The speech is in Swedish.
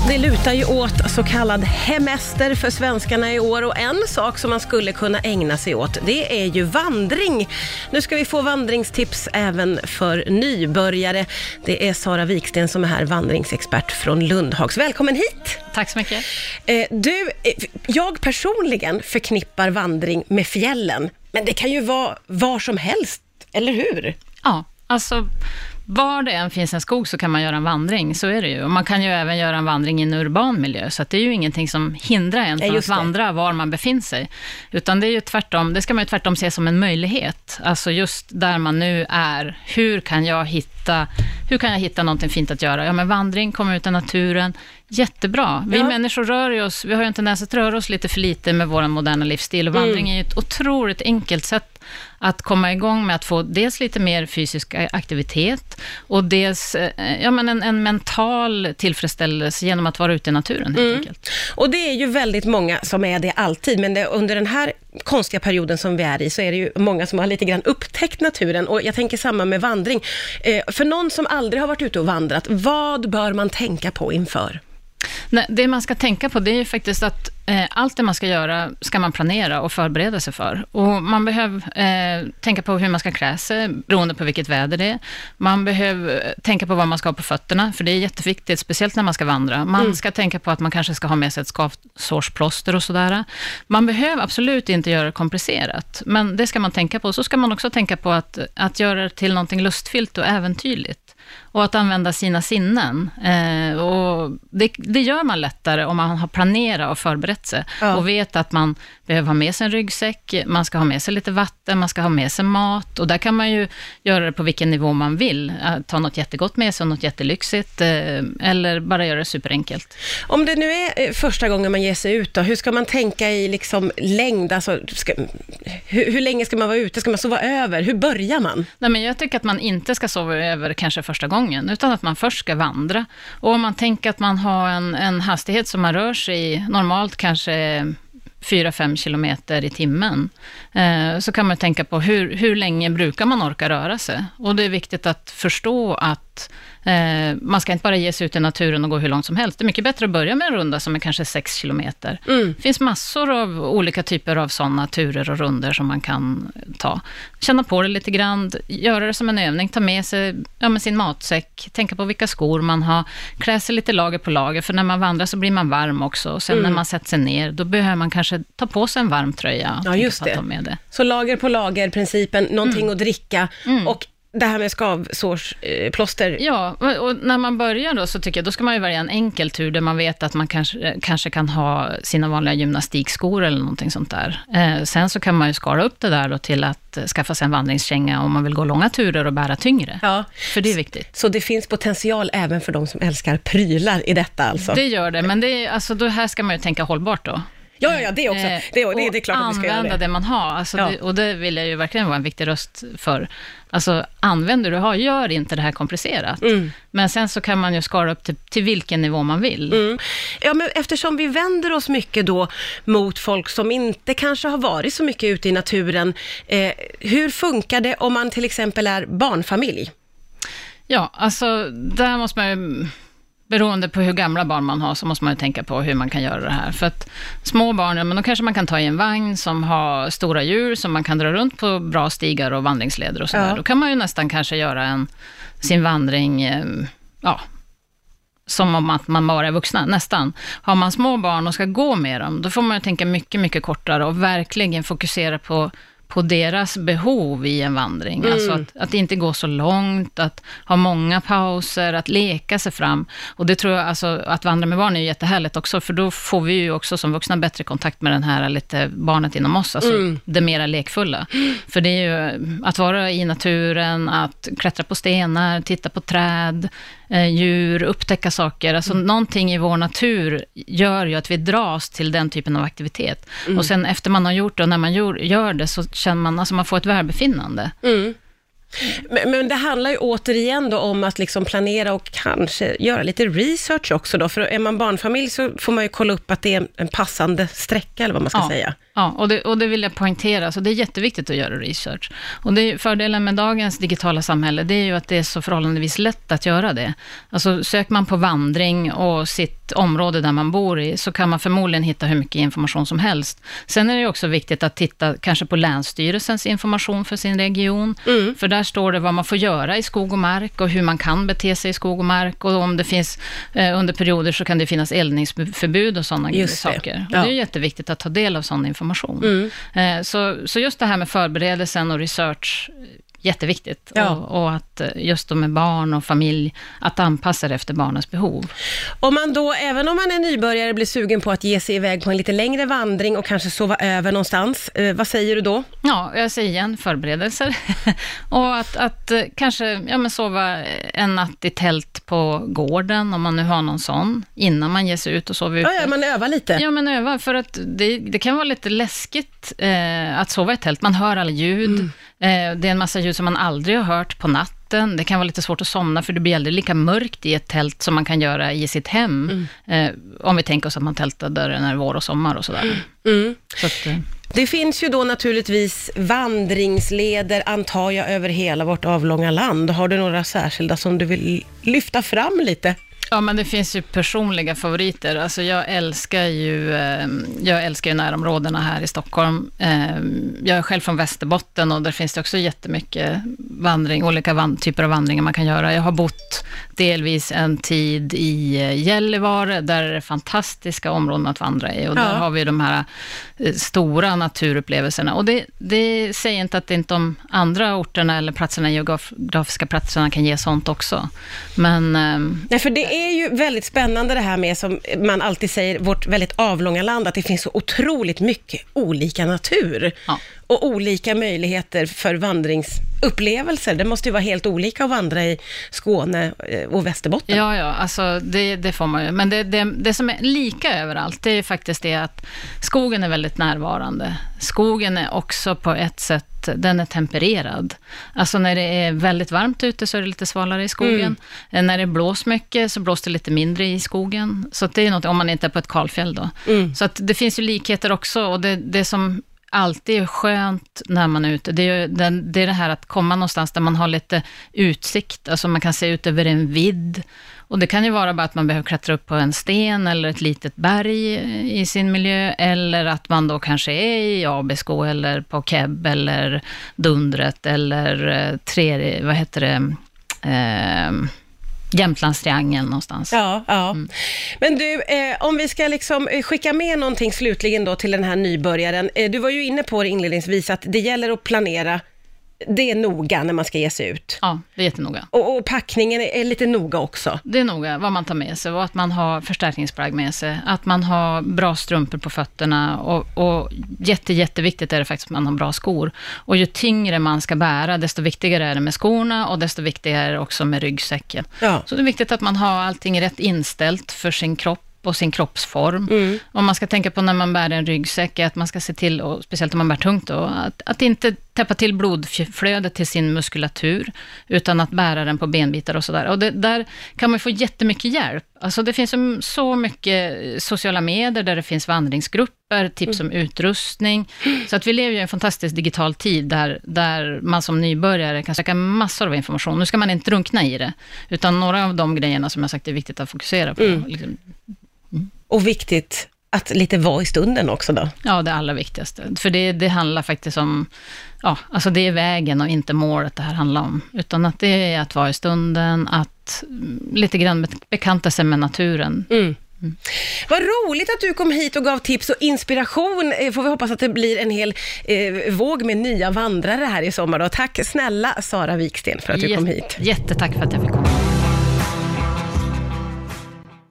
det lutar ju åt så kallad hemester för svenskarna i år, och en sak som man skulle kunna ägna sig åt, det är ju vandring. Nu ska vi få vandringstips även för nybörjare. Det är Sara Wiksten som är här, vandringsexpert från Lundhags. Välkommen hit! Tack så mycket. Jag personligen förknippar vandring med fjällen, men det kan ju vara var som helst, eller hur? Ja, alltså var det än finns en skog så kan man göra en vandring, så är det ju. Och man kan ju även göra en vandring i en urban miljö, så att det är ju ingenting som hindrar en från att vandra var man befinner sig. Utan det är ju tvärtom, det ska man ju tvärtom se som en möjlighet. Alltså just där man nu är, hur kan jag hitta någonting fint att göra? Ja, men vandring, komma ut i naturen, jättebra. Vi människor rör oss, vi har ju en tendens att röra oss lite för lite med vår moderna livsstil, och vandring är ju ett otroligt enkelt sätt att komma igång med att få dels lite mer fysisk aktivitet och dels en mental tillfredsställelse genom att vara ute i naturen helt enkelt. Och det är ju väldigt många som är det alltid, men under den här konstiga perioden som vi är i så är det ju många som har lite grann upptäckt naturen, och jag tänker samma med vandring. För någon som aldrig har varit ute och vandrat, vad bör man tänka på inför? Nej, det man ska tänka på, det är ju faktiskt att allt det man ska göra ska man planera och förbereda sig för. Och man behöver tänka på hur man ska klä sig beroende på vilket väder det är. Man behöver tänka på vad man ska ha på fötterna, för det är jätteviktigt, speciellt när man ska vandra. Man ska tänka på att man kanske ska ha med sig ett skavsårsplåster och sådär. Man behöver absolut inte göra det komplicerat, men det ska man tänka på. Så ska man också tänka på att göra det till någonting lustfyllt och äventyrligt. Och att använda sina sinnen. Och det gör man lättare om man har planerat och förberett sig. Ja. Och vet att man behöver ha med sig en ryggsäck, man ska ha med sig lite vatten, man ska ha med sig mat. Och där kan man ju göra det på vilken nivå man vill. Ta något jättegott med sig, något jättelyxigt. Eller bara göra det superenkelt. Om det nu är första gången man ger sig ut då, hur ska man tänka i liksom längd? Alltså, hur länge ska man vara ute? Ska man sova över? Hur börjar man? Nej, men jag tycker att man inte ska sova över kanske första gången, utan att man först ska vandra. Och om man tänker att man har en hastighet som man rör sig i, normalt kanske 4-5 kilometer i timmen, så kan man tänka på hur länge brukar man orka röra sig. Och det är viktigt att förstå att man ska inte bara ge sig ut i naturen och gå hur långt som helst. Det är mycket bättre att börja med en runda som är kanske 6 kilometer. Det finns massor av olika typer av sådana turer och runder som man kan ta. Känna på det lite grann, göra det som en övning, ta med sig med sin matsäck, tänka på vilka skor man har, klä sig lite lager på lager, för när man vandrar så blir man varm också. Och sen när man sätter sig ner, då behöver man kanske ta på sig en varm tröja. Ja, just det. Så lager på lager, principen, någonting att dricka och det här med skavsårsplåster. Ja, och när man börjar då så tycker jag, då ska man ju välja en enkel tur där man vet att man kanske kan ha sina vanliga gymnastikskor eller någonting sånt där. Sen så kan man ju skala upp det där då till att skaffa sig en vandringskänga om man vill gå långa turer och bära tyngre. Ja. För det är viktigt. Så det finns potential även för de som älskar prylar i detta alltså? Det gör det, men det är, alltså, då här ska man ju tänka hållbart då. Ja, det också. Det är klart att vi ska göra det. Använda det man har. Alltså och det vill jag ju verkligen vara en viktig röst för. Alltså, använder du har, gör inte det här komplicerat. Men sen så kan man ju skala upp till vilken nivå man vill. Ja, men eftersom vi vänder oss mycket då mot folk som inte kanske har varit så mycket ute i naturen. Hur funkar det om man till exempel är barnfamilj? Ja, alltså där måste man ju... Beroende på hur gamla barn man har så måste man ju tänka på hur man kan göra det här. För att små barn, men då kanske man kan ta i en vagn som har stora djur som man kan dra runt på bra stigar och vandringsleder och sådär. Ja. Då kan man ju nästan kanske göra sin vandring som om att man bara är vuxna, nästan. Har man små barn och ska gå med dem, då får man ju tänka mycket, mycket kortare och verkligen fokusera på deras behov i en vandring. Alltså att inte gå så långt, att ha många pauser, att leka sig fram. Och det tror jag, alltså, att vandra med barn är ju jättehärligt också, för då får vi ju också som vuxna bättre kontakt med den här lite barnet inom oss, alltså det mera lekfulla. För det är ju att vara i naturen, att klättra på stenar, titta på träd, djur, upptäcka saker. Alltså någonting i vår natur gör ju att vi dras till den typen av aktivitet. Och sen efter man har gjort det och när man gör det så känner man, alltså man får ett välbefinnande. Men det handlar ju återigen då om att liksom planera och kanske göra lite research också då. För är man barnfamilj så får man ju kolla upp att det är en passande sträcka eller vad man ska säga. Ja, och det vill jag poängtera. Så det är jätteviktigt att göra research. Och det är fördelen med dagens digitala samhälle, det är ju att det är så förhållandevis lätt att göra det. Alltså söker man på vandring och sitt område där man bor i, så kan man förmodligen hitta hur mycket information som helst. Sen är det också viktigt att titta kanske på Länsstyrelsens information för sin region. För där står det vad man får göra i skog och mark och hur man kan bete sig i skog och mark. Och om det finns under perioder så kan det finnas eldningsförbud och sådana saker. Och det är jätteviktigt att ta del av sån information. Så just det här med förberedelsen och research, jätteviktigt. Och att just då med barn och familj, att anpassa det efter barnens behov. Om man då, även om man är nybörjare, blir sugen på att ge sig iväg på en lite längre vandring och kanske sova över någonstans, vad säger du då? Ja, jag säger igen förberedelser. Och att kanske sova en natt i tält på gården, om man nu har någon sån, innan man ger sig ut och sover ute. Ja, man övar lite. Ja, men öva, för att det kan vara lite läskigt att sova i tält. Man hör alla ljud. Det är en massa ljud som man aldrig har hört på natten. Det kan vara lite svårt att somna, för det blir aldrig lika mörkt i ett tält som man kan göra i sitt hem. Om vi tänker oss att man tältar där när det är vår och sommar och sådär. Så att, det finns ju då naturligtvis vandringsleder, antar jag, över hela vårt avlånga land. Har du några särskilda som du vill lyfta fram lite? Ja, men det finns ju personliga favoriter. Alltså jag älskar ju närområdena här i Stockholm. Jag är själv från Västerbotten och där finns det också jättemycket vandring, olika typer av vandringar man kan göra. Jag har bott delvis en tid i Gällivare, där är det fantastiska områden att vandra i. Och där har vi de här stora naturupplevelserna. Och det säger inte att inte de andra orterna eller platserna, geografiska platserna, kan ge sånt också. Men nej, för det är ju väldigt spännande det här med, som man alltid säger, vårt väldigt avlånga land, att det finns så otroligt mycket olika natur och olika möjligheter för vandringsupplevelser. Det måste ju vara helt olika att vandra i Skåne och Västerbotten. Ja, alltså det får man ju. Men det som är lika överallt, det är faktiskt det att skogen är väldigt närvarande. Skogen är också på ett sätt, den är tempererad. Alltså när det är väldigt varmt ute så är det lite svalare i skogen. När det blåser mycket så blåser det lite mindre i skogen. Så att det är något, om man inte är på ett kalfjäll då. Så att det finns ju likheter också, och det som alltid är skönt när man är ute, det är det här att komma någonstans där man har lite utsikt, alltså man kan se ut över en vidd, och det kan ju vara bara att man behöver klättra upp på en sten eller ett litet berg i sin miljö, eller att man då kanske är i Abisko eller på Keb eller Dundret eller Jämtlandstriangeln någonstans. Ja. Men du, om vi ska liksom skicka med någonting slutligen då till den här nybörjaren. Du var ju inne på det inledningsvis att det gäller att planera det är noga när man ska ge sig ut. Ja, det är jättenoga. Och packningen är lite noga också. Det är noga vad man tar med sig, och att man har förstärkningsplagg med sig, att man har bra strumpor på fötterna, och jätteviktigt är det faktiskt att man har bra skor. Och ju tyngre man ska bära, desto viktigare är det med skorna, och desto viktigare är det också med ryggsäcken. Ja. Så det är viktigt att man har allting rätt inställt för sin kropp och sin kroppsform. Om man ska tänka på när man bär en ryggsäck, att man ska se till, och speciellt om man bär tungt då, att inte täppa till blodflödet till sin muskulatur, utan att bära den på benbitar och sådär. Och där kan man få jättemycket hjälp. Alltså det finns så mycket sociala medier där det finns vandringsgrupper, tips om utrustning. Så att vi lever ju i en fantastisk digital tid där man som nybörjare kan söka massor av information. Nu ska man inte drunkna i det, utan några av de grejerna som jag sagt är viktigt att fokusera på. Liksom. Och viktigt att lite vara i stunden också då. Ja, det allra viktigaste. För det handlar faktiskt om, alltså det är vägen och inte målet det här handlar om. Utan att det är att vara i stunden, att lite grann bekanta sig med naturen. Vad roligt att du kom hit och gav tips och inspiration. Får vi hoppas att det blir en hel våg med nya vandrare här i sommar då. Tack snälla Sara Wiksten för att du kom hit. Jättetack för att jag fick komma.